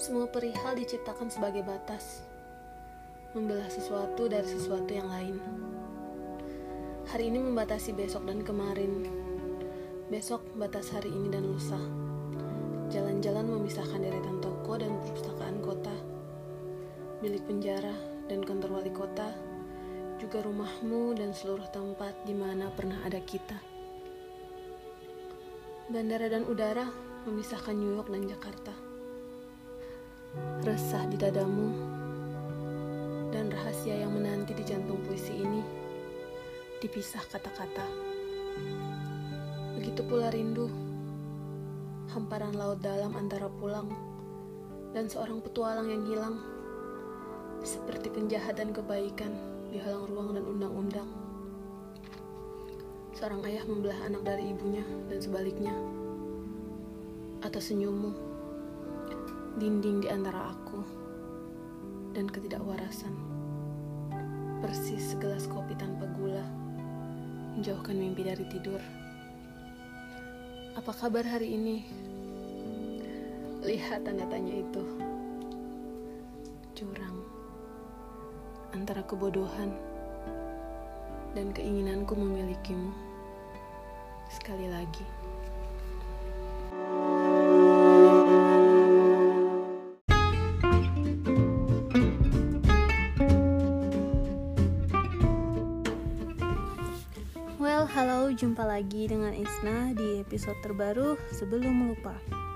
Semua perihal diciptakan sebagai batas, membelah sesuatu dari sesuatu yang lain. Hari ini membatasi besok dan kemarin, besok batas hari ini dan lusa. Jalan-jalan memisahkan deretan toko dan perpustakaan kota, bilik penjara dan kantor wali kota, juga rumahmu dan seluruh tempat di mana pernah ada kita. Bandara dan udara memisahkan New York dan Jakarta. Resah di dadamu dan rahasia yang menanti di jantung puisi ini dipisah kata-kata. Begitu pula rindu, hamparan laut dalam antara pulang dan seorang petualang yang hilang, seperti penjahat dan kebaikan di halang ruang dan undang-undang. Seorang ayah membelah anak dari ibunya dan sebaliknya. Atau senyummu, dinding di antara aku dan ketidakwarasan. Persis segelas kopi tanpa gula, menjauhkan mimpi dari tidur. Apa kabar hari ini? Lihat tanda tanya itu. Curang antara kebodohan dan keinginanku memilikimu. Sekali lagi. Halo, jumpa lagi dengan Isna di episode terbaru Sebelum Lupa.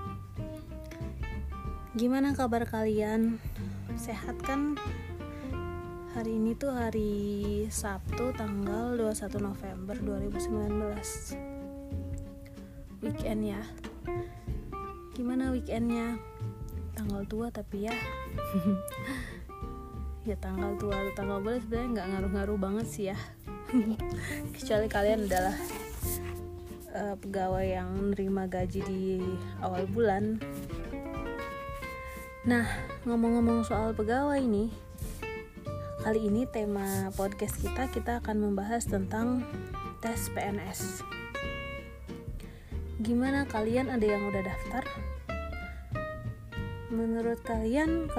Gimana kabar kalian? Sehat kan? Hari ini tuh hari Sabtu tanggal 21 November 2019. Weekend ya. Gimana weekendnya? Tanggal tua tapi ya. Ya tanggal tua atau tanggal boleh sebenarnya nggak ngaruh-ngaruh banget sih ya. Kecuali kalian adalah pegawai yang menerima gaji di awal bulan. Nah, ngomong-ngomong soal pegawai nih, kali ini tema podcast kita akan membahas tentang tes PNS. Gimana kalian, ada yang udah daftar? Menurut kalian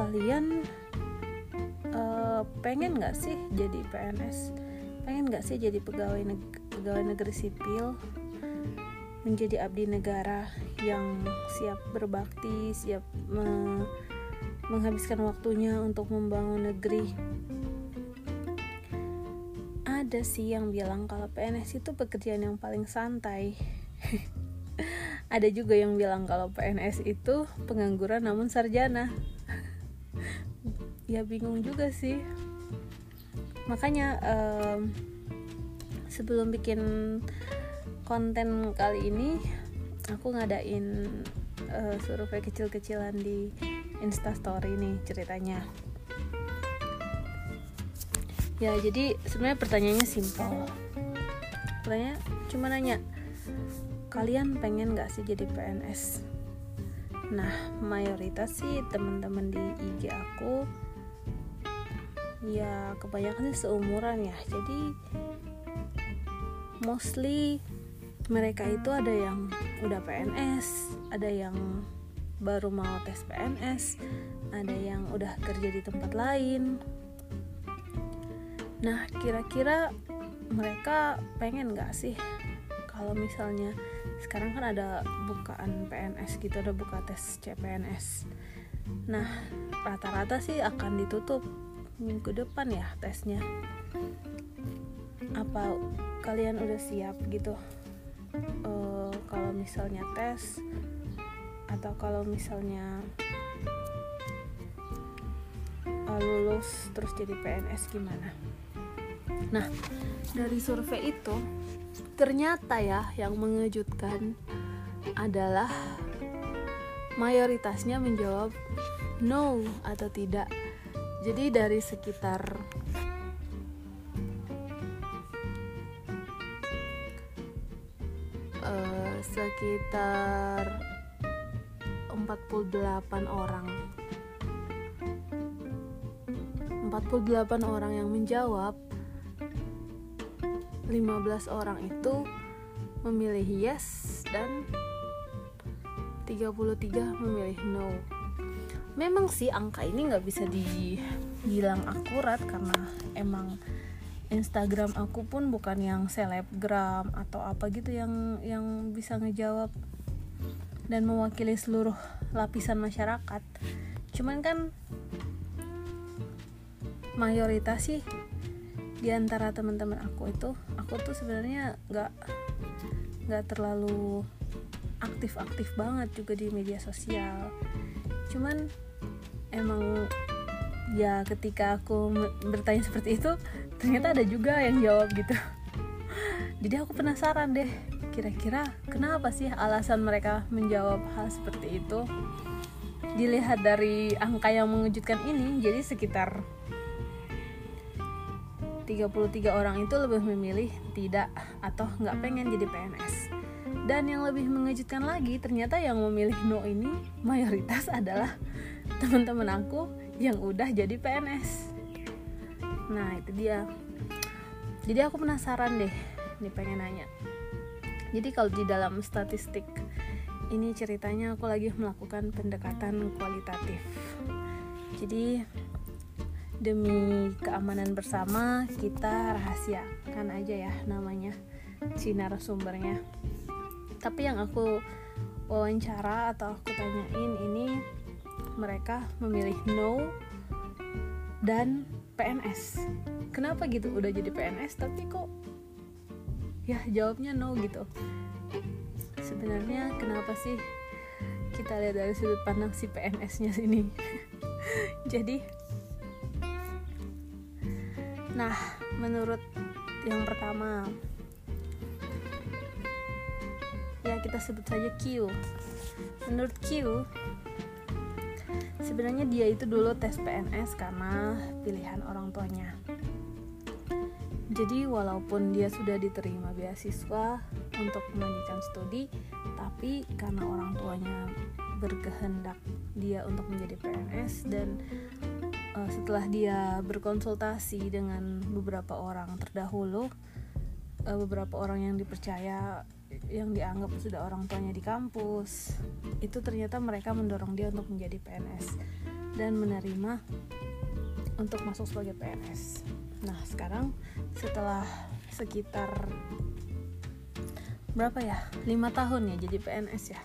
pengen gak sih jadi PNS? Pengen gak sih jadi pegawai negeri sipil, menjadi abdi negara yang siap berbakti, siap menghabiskan waktunya untuk membangun negeri? Ada sih yang bilang kalau PNS itu pekerjaan yang paling santai. Ada juga yang bilang kalau PNS itu pengangguran namun sarjana. Ya bingung juga sih. Makanya sebelum bikin konten kali ini, aku ngadain survei kecil-kecilan di Instastory nih ceritanya. Ya jadi sebenarnya pertanyaannya simpel. Pertanyaannya cuma nanya, kalian pengen gak sih jadi PNS? Nah, mayoritas sih teman-teman di IG aku ya kebanyakan sih seumuran ya. Jadi mostly mereka itu ada yang udah PNS, ada yang baru mau tes PNS, ada yang udah kerja di tempat lain. Nah, kira-kira mereka pengen gak sih kalau misalnya sekarang kan ada bukaan PNS gitu, ada buka tes CPNS. Nah, rata-rata sih akan ditutup minggu depan ya tesnya. Apa kalian udah siap gitu kalau misalnya tes, atau kalau misalnya lulus terus jadi PNS gimana? Nah, dari survei itu ternyata ya yang mengejutkan adalah mayoritasnya menjawab no atau tidak. Jadi dari sekitar 48 orang yang menjawab, 15 orang itu memilih yes dan 33 memilih no. Memang sih angka ini nggak bisa dibilang akurat karena emang Instagram aku pun bukan yang selebgram atau apa gitu yang bisa ngejawab dan mewakili seluruh lapisan masyarakat. Cuman kan mayoritas sih di antara teman-teman aku tuh sebenarnya nggak terlalu aktif banget juga di media sosial. Cuman emang ya ketika aku bertanya seperti itu ternyata ada juga yang jawab gitu. Jadi aku penasaran deh, kira-kira kenapa sih alasan mereka menjawab hal seperti itu. Dilihat dari angka yang mengejutkan ini, jadi sekitar 33 orang itu lebih memilih tidak atau nggak pengen jadi PNS. Dan yang lebih mengejutkan lagi, ternyata yang memilih no ini mayoritas adalah teman-teman aku yang udah jadi PNS. Nah itu dia. Jadi aku penasaran deh, nih pengen nanya. Jadi kalau di dalam statistik ini ceritanya aku lagi melakukan pendekatan kualitatif. Jadi demi keamanan bersama kita rahasiakan aja ya namanya si narasumbernya. Tapi yang aku wawancara atau aku tanyain ini mereka memilih no dan PNS. Kenapa gitu udah jadi PNS tapi kok ya jawabnya no gitu. Sebenarnya kenapa sih kita lihat dari sudut pandang si PNS-nya sini. Jadi nah menurut yang pertama ya kita sebut saja Q. Menurut Q sebenarnya dia itu dulu tes PNS karena pilihan orang tuanya. Jadi walaupun dia sudah diterima beasiswa untuk melanjutkan studi, tapi karena orang tuanya berkehendak dia untuk menjadi PNS dan setelah dia berkonsultasi dengan beberapa orang terdahulu, beberapa orang yang dipercaya, yang dianggap sudah orang tuanya di kampus, itu ternyata mereka mendorong dia untuk menjadi PNS dan menerima untuk masuk sebagai PNS. Nah sekarang setelah sekitar berapa ya, 5 tahun ya jadi PNS ya.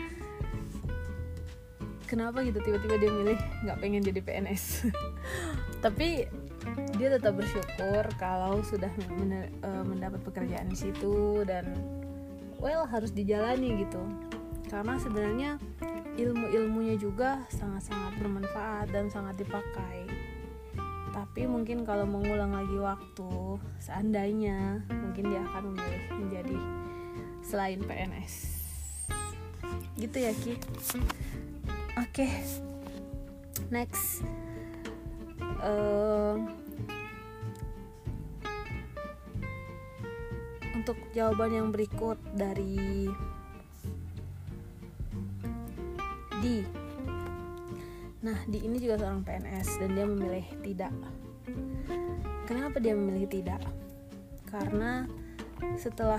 Kenapa gitu tiba-tiba dia milih nggak pengen jadi PNS? Tapi dia tetap bersyukur kalau sudah mendapat pekerjaan di situ dan harus dijalani gitu. Karena sebenarnya ilmu-ilmunya juga sangat-sangat bermanfaat dan sangat dipakai. Tapi mungkin kalau mengulang lagi waktu, seandainya mungkin dia akan memilih menjadi selain PNS. Gitu ya Ki. Oke. Next. Untuk jawaban yang berikut dari D. Nah, D ini juga seorang PNS dan dia memilih tidak. Kenapa dia memilih tidak? Karena setelah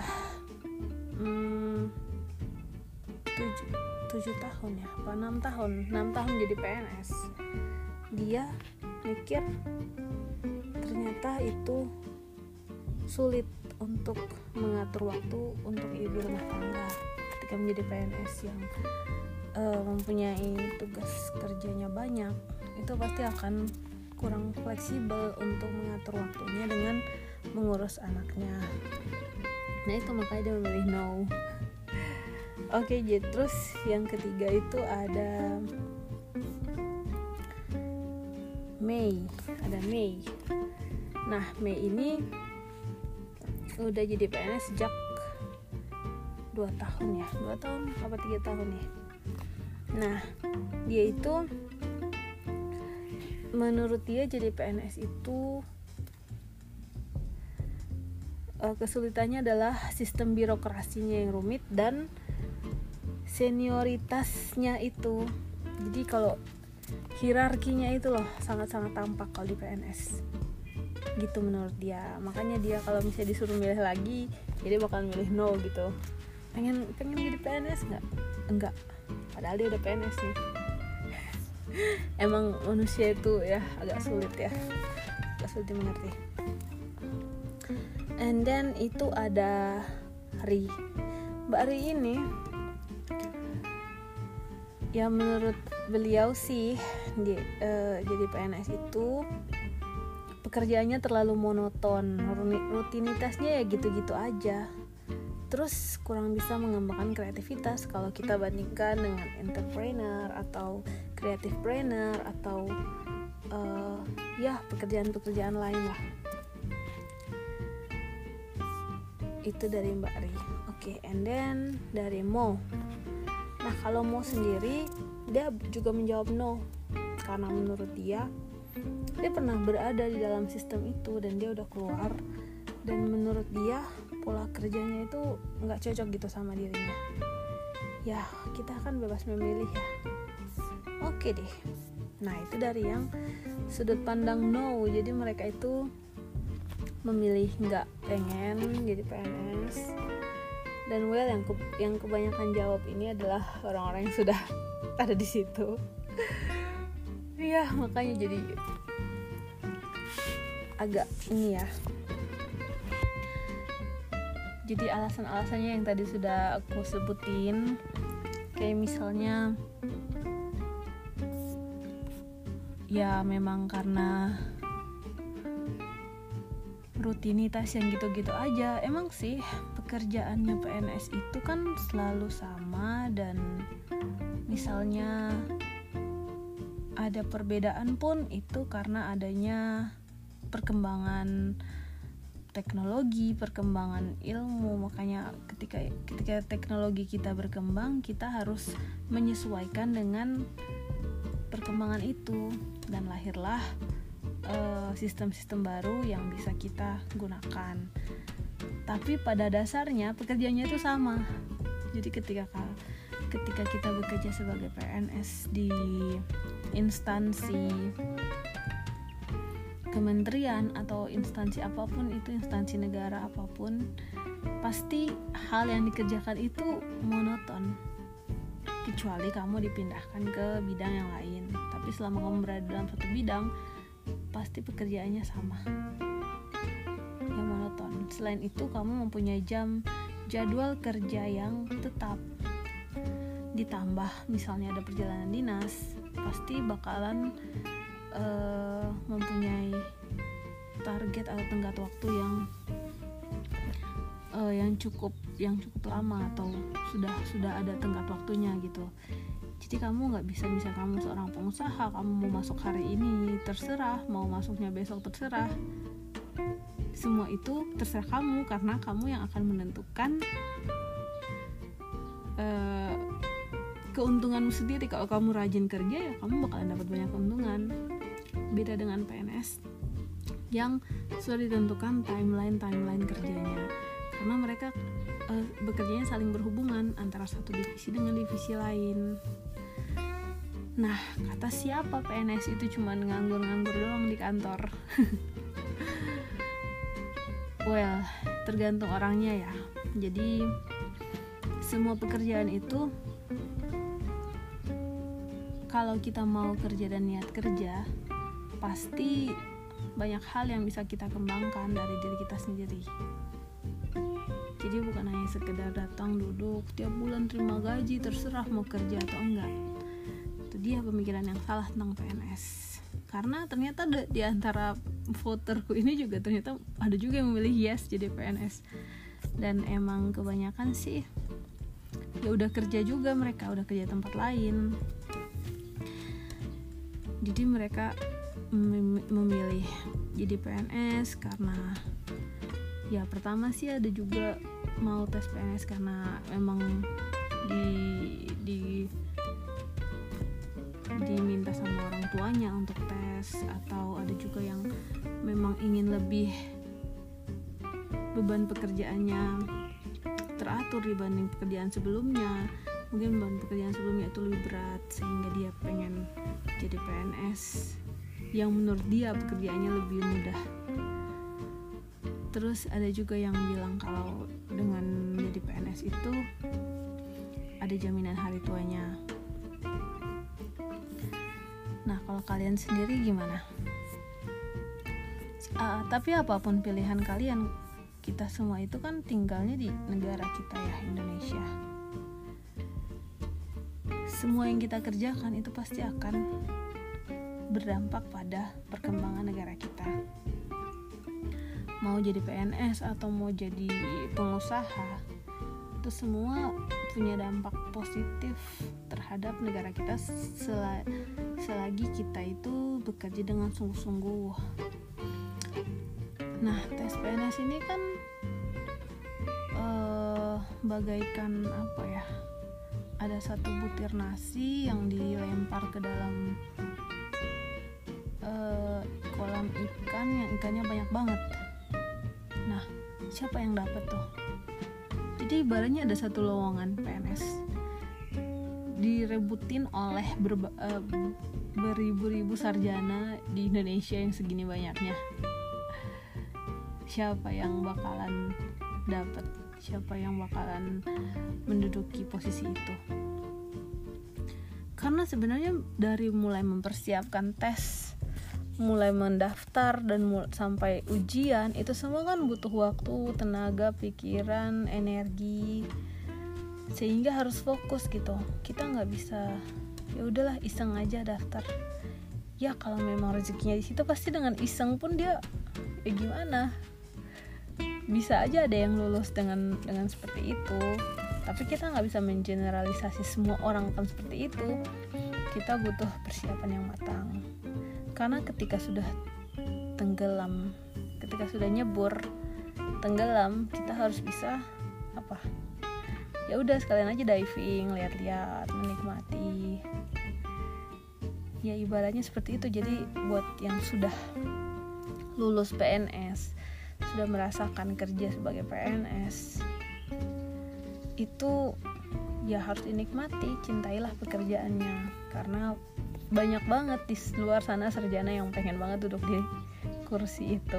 7 tahun ya, apa 6 tahun jadi PNS, dia mikir ternyata itu sulit untuk mengatur waktu untuk ibu rumah tangga ketika menjadi PNS yang mempunyai tugas kerjanya banyak. Itu pasti akan kurang fleksibel untuk mengatur waktunya dengan mengurus anaknya. Nah itu makanya dia memilih no. Oke, jadi terus yang ketiga itu ada May. Nah May ini udah jadi PNS sejak 2 tahun ya, 2 tahun apa 3 tahun ya. Nah dia itu menurut dia jadi PNS itu kesulitannya adalah sistem birokrasinya yang rumit dan senioritasnya itu. Jadi kalau hierarkinya itu loh sangat-sangat tampak kalau di PNS gitu menurut dia. Makanya dia kalau misalnya disuruh milih lagi, jadi bakal milih no gitu. Pengen jadi PNS enggak, padahal dia udah PNS nih. Emang manusia itu ya agak sulit dimengerti. And then itu ada Ri. Mbak Ri ini ya menurut beliau sih jadi PNS itu pekerjaannya terlalu monoton, rutinitasnya ya gitu-gitu aja. Terus kurang bisa mengembangkan kreativitas kalau kita bandingkan dengan entrepreneur atau creative planner atau ya pekerjaan-pekerjaan lain lah. Itu dari Mbak Ri. Oke, and then dari Mo. Nah, kalau Mo sendiri dia juga menjawab no, karena menurut dia pernah berada di dalam sistem itu dan dia udah keluar, dan menurut dia pola kerjanya itu nggak cocok gitu sama dirinya. Ya, kita kan bebas memilih ya. Oke deh. Nah, itu dari yang sudut pandang no. Jadi mereka itu memilih nggak pengen jadi PNS. Dan yang kebanyakan jawab ini adalah orang-orang yang sudah ada di situ. Iya, makanya jadi agak ini ya. Jadi alasan-alasannya yang tadi sudah aku sebutin, kayak misalnya ya memang karena rutinitas yang gitu-gitu aja. Emang sih pekerjaannya PNS itu kan selalu sama, dan misalnya ada perbedaan pun itu karena adanya perkembangan teknologi, perkembangan ilmu. Makanya ketika teknologi kita berkembang, kita harus menyesuaikan dengan perkembangan itu, dan lahirlah sistem-sistem baru yang bisa kita gunakan. Tapi pada dasarnya pekerjaannya itu sama. Jadi ketika kita bekerja sebagai PNS di instansi kementerian atau instansi apapun itu, instansi negara apapun, pasti hal yang dikerjakan itu monoton, kecuali kamu dipindahkan ke bidang yang lain. Tapi selama kamu berada dalam satu bidang, pasti pekerjaannya sama, ya monoton. Selain itu, kamu mempunyai jadwal kerja yang tetap. Ditambah misalnya ada perjalanan dinas, pasti bakalan mempunyai target atau tenggat waktu yang cukup lama, atau sudah ada tenggat waktunya gitu. Jadi kamu nggak bisa, misal kamu seorang pengusaha, kamu mau masuk hari ini terserah, mau masuknya besok terserah. Semua itu terserah kamu, karena kamu yang akan menentukan keuntunganmu sendiri. Kalau kamu rajin kerja, ya kamu bakalan dapat banyak keuntungan. Beda dengan PNS yang sudah ditentukan timeline kerjanya, karena mereka bekerjanya saling berhubungan antara satu divisi dengan divisi lain. Nah, kata siapa PNS itu cuma nganggur-nganggur doang di kantor? Well, tergantung orangnya ya. Jadi semua pekerjaan itu, kalau kita mau kerja dan niat kerja, pasti banyak hal yang bisa kita kembangkan dari diri kita sendiri. Jadi bukan hanya sekedar datang duduk tiap bulan terima gaji, terserah mau kerja atau enggak. Itu dia pemikiran yang salah tentang PNS. Karena ternyata di antara voterku ini juga ternyata ada juga yang memilih yes jadi PNS. Dan emang kebanyakan sih ya udah kerja juga, mereka udah kerja tempat lain. Jadi mereka memilih jadi PNS karena ya pertama sih ada juga mau tes PNS karena memang diminta sama orang tuanya untuk tes, atau ada juga yang memang ingin lebih beban pekerjaannya teratur dibanding pekerjaan sebelumnya. Mungkin beban pekerjaan sebelumnya itu lebih berat sehingga dia pengen jadi PNS yang menurut dia pekerjaannya lebih mudah. Terus ada juga yang bilang kalau dengan jadi PNS itu ada jaminan hari tuanya. Kalau kalian sendiri gimana? Tapi apapun pilihan kalian, kita semua itu kan tinggalnya di negara kita ya, Indonesia. Semua yang kita kerjakan itu pasti akan berdampak pada perkembangan negara kita. Mau jadi PNS atau mau jadi pengusaha, itu semua punya dampak positif terhadap negara kita selagi kita itu bekerja dengan sungguh-sungguh. Nah, tes PNS ini kan bagaikan apa ya? Ada satu butir nasi yang dilempar ke dalam kolam ikan yang ikannya banyak banget. Nah, siapa yang dapat tuh? Jadi ibaratnya ada satu lowongan PNS direbutin oleh beribu-ribu sarjana di Indonesia yang segini banyaknya. Siapa yang bakalan dapat? Siapa yang bakalan menduduki posisi itu? Karena sebenarnya dari mulai mempersiapkan tes, mulai mendaftar dan sampai ujian, itu semua kan butuh waktu, tenaga, pikiran, energi, sehingga harus fokus gitu. Kita nggak bisa ya udahlah iseng aja daftar. Ya kalau memang rezekinya di situ, pasti dengan iseng pun dia ya gimana, bisa aja ada yang lulus dengan seperti itu. Tapi kita nggak bisa mengeneralisasi semua orang akan seperti itu. Kita butuh persiapan yang matang. Karena ketika sudah tenggelam, ketika sudah nyebur, tenggelam, kita harus bisa apa? Ya udah sekalian aja diving, lihat-lihat, menikmati. Ya ibaratnya seperti itu. Jadi buat yang sudah lulus PNS, sudah merasakan kerja sebagai PNS, itu ya harus dinikmati, cintailah pekerjaannya. Karena banyak banget di luar sana sarjana yang pengen banget duduk di kursi itu.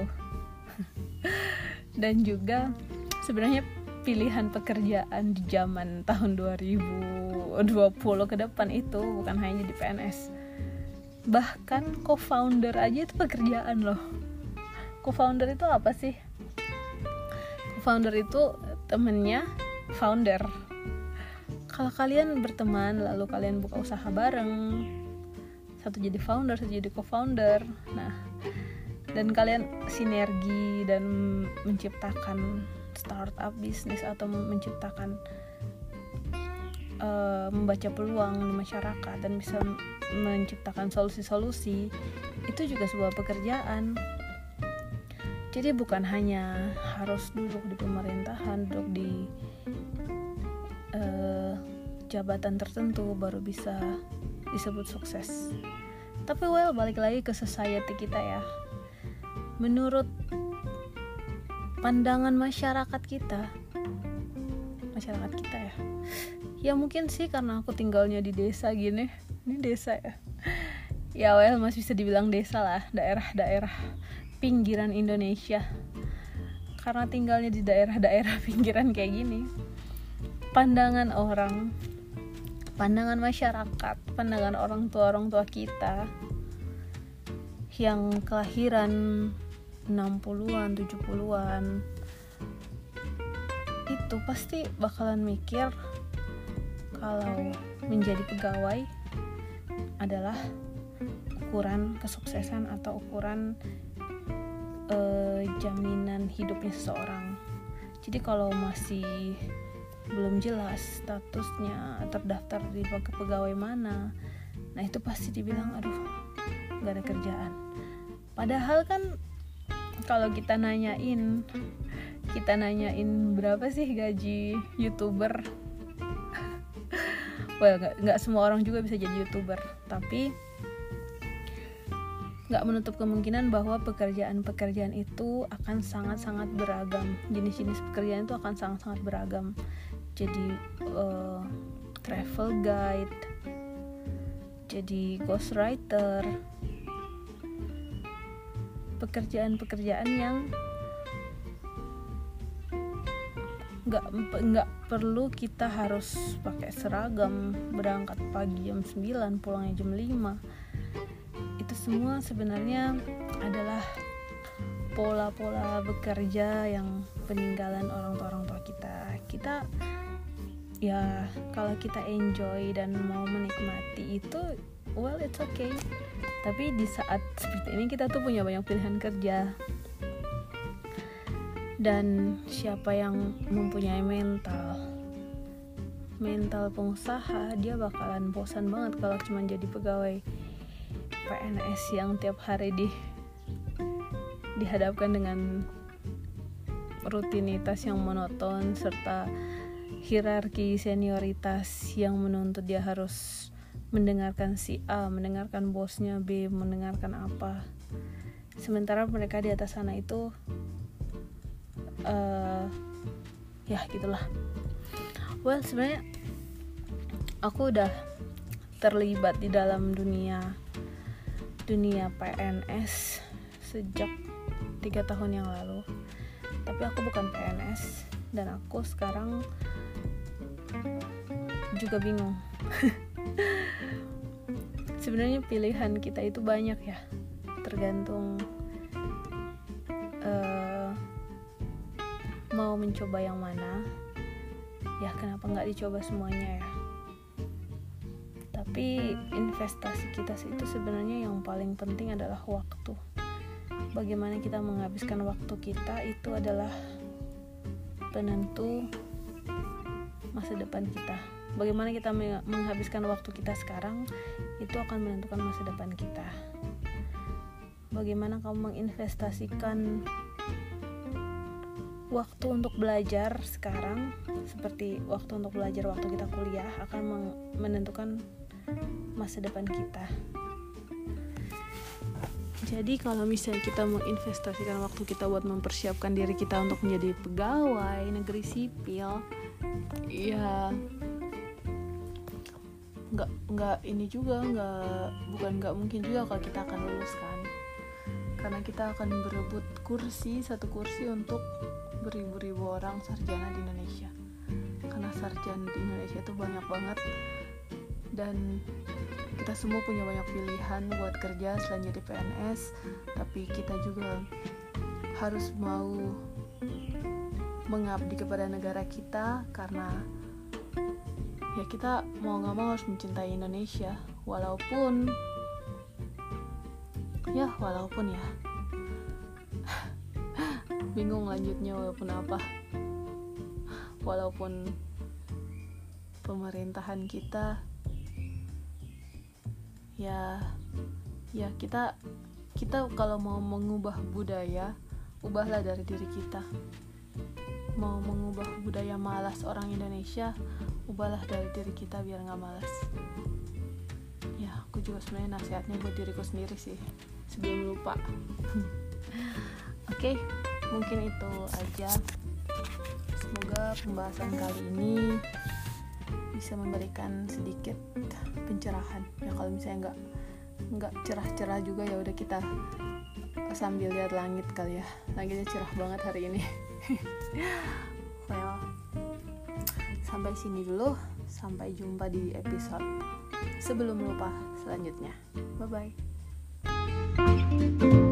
Dan juga sebenarnya pilihan pekerjaan di zaman tahun 2020 ke depan itu bukan hanya di PNS. Bahkan co-founder aja itu pekerjaan loh. Co-founder itu apa sih? Co-founder itu temennya founder. Kalau kalian berteman lalu kalian buka usaha bareng, satu jadi founder, satu jadi co-founder. Nah, dan kalian sinergi dan menciptakan startup bisnis atau menciptakan membaca peluang di masyarakat dan bisa menciptakan solusi-solusi, itu juga sebuah pekerjaan. Jadi bukan hanya harus duduk di pemerintahan, duduk di jabatan tertentu baru bisa disebut sukses. Tapi balik lagi ke society kita ya. Menurut pandangan masyarakat kita ya. Ya mungkin sih karena aku tinggalnya di desa gini. Ini desa ya. Ya masih bisa dibilang desa lah, daerah-daerah pinggiran Indonesia. Karena tinggalnya di daerah-daerah pinggiran kayak gini. Pandangan orang, pandangan masyarakat, pandangan orang tua kita yang kelahiran 60-an, 70-an itu pasti bakalan mikir kalau menjadi pegawai adalah ukuran kesuksesan atau ukuran jaminan hidupnya seseorang. Jadi kalau masih belum jelas statusnya terdaftar di pegawai mana, nah itu pasti dibilang aduh gak ada kerjaan. Padahal kan kalau kita nanyain berapa sih gaji YouTuber, gak semua orang juga bisa jadi YouTuber, tapi gak menutup kemungkinan bahwa pekerjaan-pekerjaan itu akan sangat-sangat beragam. Jenis-jenis pekerjaan itu akan sangat-sangat beragam. Jadi travel guide, jadi ghostwriter, pekerjaan-pekerjaan yang nggak perlu kita harus pakai seragam, berangkat pagi jam 9, pulangnya jam 5. semua sebenarnya adalah pola-pola bekerja yang peninggalan orang tua kita. Ya kalau kita enjoy dan mau menikmati itu, well it's okay. Tapi di saat seperti ini kita tuh punya banyak pilihan kerja. Dan siapa yang mempunyai mental pengusaha, dia bakalan bosan banget kalau cuma jadi pegawai PNS yang tiap hari dihadapkan dengan rutinitas yang monoton serta hierarki senioritas yang menuntut dia harus mendengarkan si A, mendengarkan bosnya B, mendengarkan apa. Sementara mereka di atas sana itu ya gitulah. Well, sebenarnya aku udah terlibat di dalam dunia PNS sejak 3 tahun yang lalu. Tapi aku bukan PNS dan aku sekarang juga bingung. Sebenarnya pilihan kita itu banyak ya, tergantung mau mencoba yang mana. Ya kenapa nggak dicoba semuanya ya. Tapi investasi kita itu sebenarnya yang paling penting adalah waktu. Bagaimana kita menghabiskan waktu kita itu adalah penentu masa depan kita. Bagaimana kita menghabiskan waktu kita sekarang itu akan menentukan masa depan kita. Bagaimana kamu menginvestasikan waktu untuk belajar sekarang, seperti waktu untuk belajar waktu kita kuliah, akan menentukan masa depan kita. Jadi kalau misalnya kita menginvestasikan waktu kita buat mempersiapkan diri kita untuk menjadi pegawai negeri sipil, ya nggak ini juga bukan nggak mungkin juga kalau kita akan lulus kan, karena kita akan berebut satu kursi untuk beribu-ribu orang sarjana di Indonesia. Karena sarjana di Indonesia itu banyak banget dan kita semua punya banyak pilihan buat kerja selain jadi PNS, tapi kita juga harus mau mengabdi kepada negara kita karena ya kita mau gak mau harus mencintai Indonesia walaupun ya bingung lanjutnya walaupun pemerintahan kita ya kita kalau mau mengubah budaya, ubahlah dari diri kita. Mau mengubah budaya malas orang Indonesia, ubahlah dari diri kita biar gak malas. Ya aku juga sebenarnya nasihatnya buat diriku sendiri sih sebelum lupa. Oke, mungkin itu aja. Semoga pembahasan kali ini bisa memberikan sedikit pencerahan. Ya kalau misalnya nggak cerah-cerah juga ya udah kita sambil lihat langit kali ya. Langitnya cerah banget hari ini. Well, sampai sini dulu. Sampai jumpa di episode sebelum lupa selanjutnya. Bye bye.